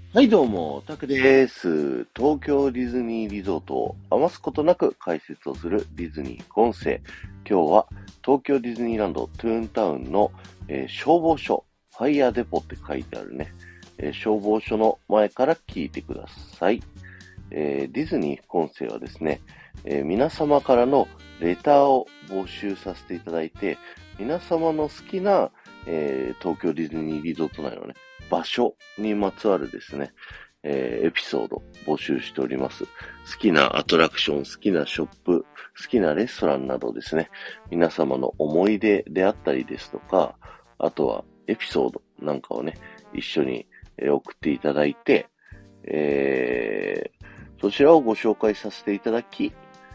はい、どうも、タクです。東京ディズニーリゾートを余すことなく解説をするディズニー副音声。今日は東京ディズニーランドトゥーンタウンの、消防署、ファイヤーデポって書いてあるね、消防署の前から聞いてください。ディズニー副音声はですね、皆様からのレターを募集させていただいて、皆様の好きな、東京ディズニーリゾート内のね、場所にまつわるですね、エピソード募集しております。好きなアトラクション、好きなショップ、好きなレストランなどですね、皆様の思い出であったりですとか、あとはエピソードなんかをね、一緒に送っていただいて、そちらをご紹介させていただき、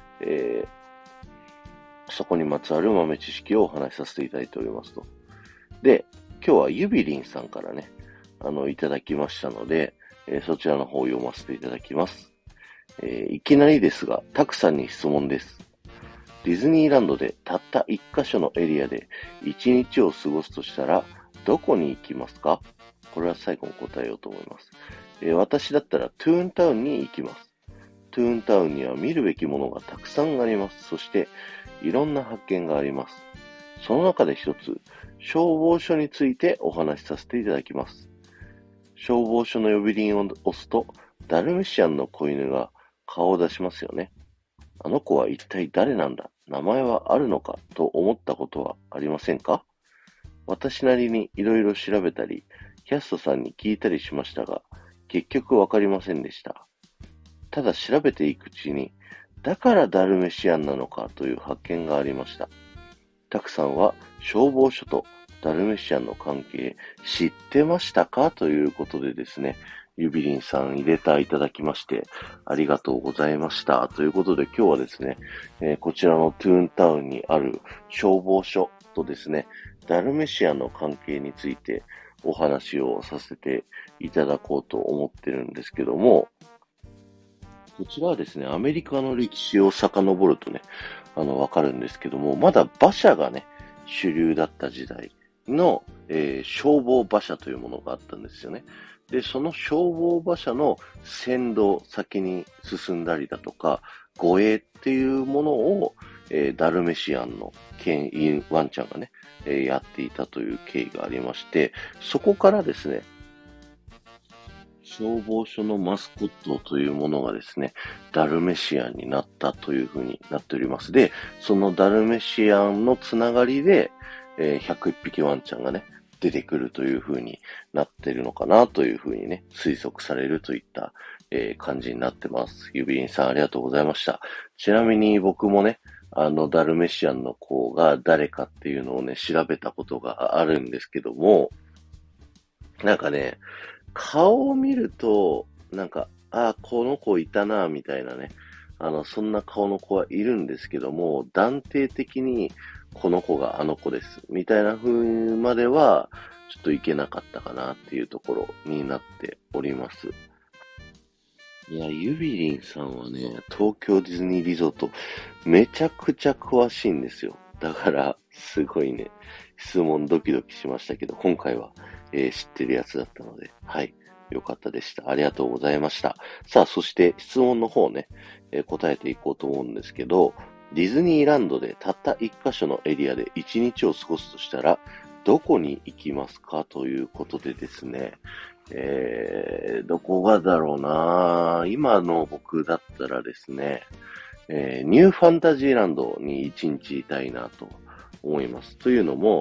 そこにまつわる豆知識をお話しさせていただいておりますと。で、今日はゆびりんさんからね、いただきましたので、そちらの方を読ませていただきます。いきなりですが、たくさんに質問です。ディズニーランドでたった一箇所のエリアで一日を過ごすとしたら、どこに行きますか？これは最後に答えようと思います。私だったらトゥーンタウンに行きます。トゥーンタウンには見るべきものがたくさんあります。そして、いろんな発見があります。その中で一つ、消防署についてお話しさせていただきます。消防署の呼び鈴を押すと、ダルメシアンの子犬が顔を出しますよね。あの子は一体誰なんだ？名前はあるのか？と思ったことはありませんか？私なりにいろいろ調べたり、キャストさんに聞いたりしましたが、結局わかりませんでした。ただ調べていくうちに、だからダルメシアンなのかという発見がありました。たくさんは消防署とダルメシアンの関係知ってましたかということでですね、ゆびりんさんレターいただきましてありがとうございました。ということで今日はですね、こちらのトゥーンタウンにある消防署とですね、ダルメシアンの関係についてお話をさせていただこうと思ってるんですけども、こちらはですね、アメリカの歴史を遡るとね、わかるんですけども、まだ馬車がね、主流だった時代の、消防馬車というものがあったんですよね。で、その消防馬車の先導、先に進んだりだとか、護衛っていうものを、ダルメシアンの牽引ワンちゃんがね、やっていたという経緯がありまして、そこからですね、消防署のマスコットというものがですね、ダルメシアンになったというふうになっております。で、そのダルメシアンのつながりで、101匹ワンちゃんがね、出てくるというふうになっているのかなというふうにね、推測されるといった、感じになってます。ゆびりんさんありがとうございました。ちなみに僕もね、ダルメシアンの子が誰かっていうのをね、調べたことがあるんですけども、なんかね、顔を見ると、なんか、あ、この子いたな、みたいなね。そんな顔の子はいるんですけども、断定的に、この子があの子です。みたいな風までは、ちょっといけなかったかなっていうところになっております。いや、ゆびりんさんはね、東京ディズニーリゾート、めちゃくちゃ詳しいんですよ。だから、すごいね、質問ドキドキしましたけど、今回は、知ってるやつだったので、はい。よかったでした。ありがとうございました。さあ、そして質問の方ね、答えていこうと思うんですけど、ディズニーランドでたった一箇所のエリアで一日を過ごすとしたら、どこに行きますかということでですね、どこがだろうな今の僕だったらですね、ニューファンタジーランドに一日いたいなと思います。というのも、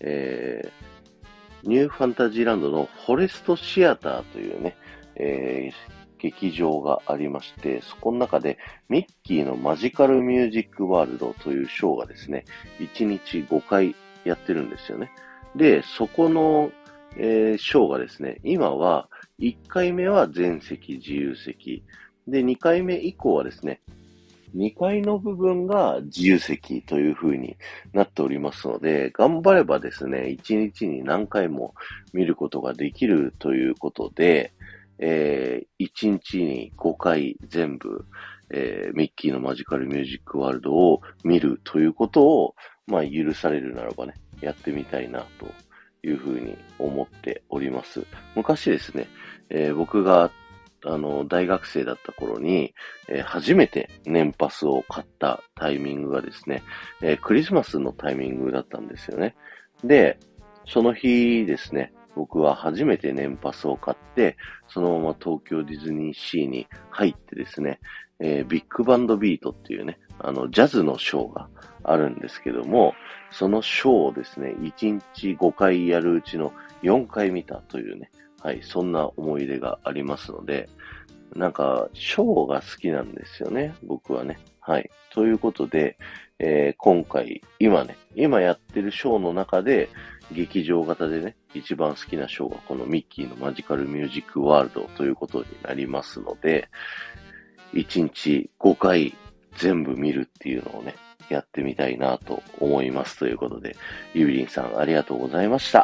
ニューファンタジーランドのフォレストシアターというね、劇場がありまして、そこの中でミッキーのマジカルミュージックワールドというショーがですね、1日5回やってるんですよね。で、そこの、ショーがですね、今は1回目は全席自由席。で、2回目以降はですね、2階の部分が自由席という風になっておりますので、頑張ればですね、1日に何回も見ることができるということで、1日に5回全部、ミッキーのマジカルミュージックワールドを見るということを、まあ、許されるならばね、やってみたいなというふうに思っております。昔ですね、僕が大学生だった頃に、初めて年パスを買ったタイミングがですね、クリスマスのタイミングだったんですよね。で、その日ですね、僕は初めて年パスを買って、そのまま東京ディズニーシーに入ってですね、ビッグバンドビートっていうね、ジャズのショーがあるんですけども、そのショーをですね、1日5回やるうちの4回見たというね、はい、そんな思い出がありますので、なんか、ショーが好きなんですよね、僕はね。はい。ということで、今回、今やってるショーの中で、劇場型でね、一番好きなショーがこのミッキーのマジカルミュージックワールドということになりますので、1日5回全部見るっていうのをね、やってみたいなと思いますということで、ゆびりんさんありがとうございました。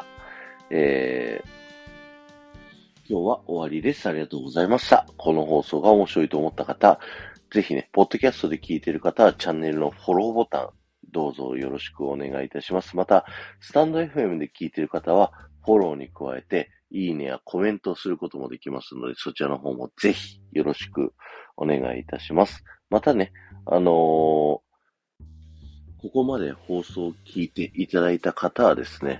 今日は終わりです。ありがとうございました。この放送が面白いと思った方、ぜひね、ポッドキャストで聞いている方はチャンネルのフォローボタン、どうぞよろしくお願いいたします。また、スタンド FM で聞いている方は、フォローに加えて、いいねやコメントをすることもできますので、そちらの方もぜひよろしくお願いいたします。またね、ここまで放送を聞いていただいた方はですね、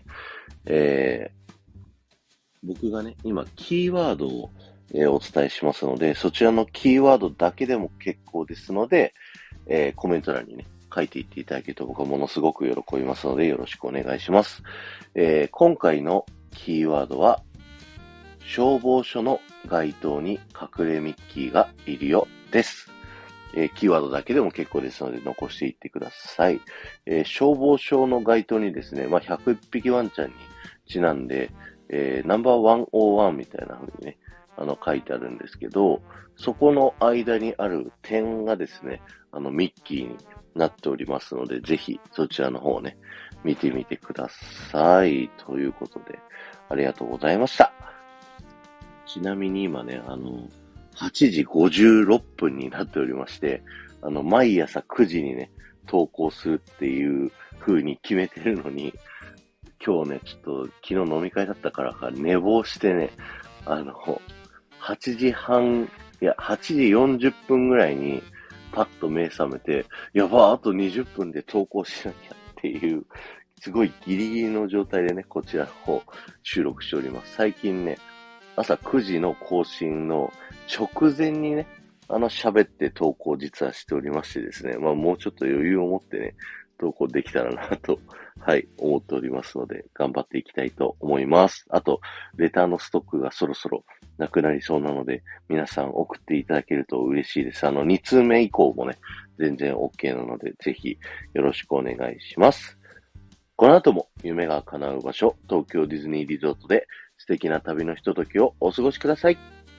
僕がね、今、キーワードを、お伝えしますので、そちらのキーワードだけでも結構ですので、コメント欄にね、書いていっていただけると僕はものすごく喜びますので、よろしくお願いします。今回のキーワードは、消防署の街灯に隠れミッキーがいるよです。キーワードだけでも結構ですので残していってください。消防署の街灯にですね、101匹ワンちゃんにちなんで、ナンバー101みたいな風にね、書いてあるんですけど、そこの間にある点がですね、ミッキーになっておりますので、ぜひそちらの方をね、見てみてください。ということで、ありがとうございました。ちなみに今ね、8時56分になっておりまして、毎朝9時にね、投稿するっていう風に決めてるのに、今日ね、ちょっと昨日飲み会だったからか寝坊してね、8時半、いや、8時40分ぐらいにパッと目覚めて、やば、あと20分で投稿しなきゃっていう、すごいギリギリの状態でね、こちらの方収録しております。最近ね、朝9時の更新の直前にね、喋って投稿実はしておりましてですね、もうちょっと余裕を持ってね、投稿できたらなと、はい、思っておりますので、頑張っていきたいと思います。あと、レターのストックがそろそろなくなりそうなので、皆さん送っていただけると嬉しいです。2通目以降もね、全然 OK なので、ぜひよろしくお願いします。この後も夢が叶う場所、東京ディズニーリゾートで素敵な旅のひとときをお過ごしください。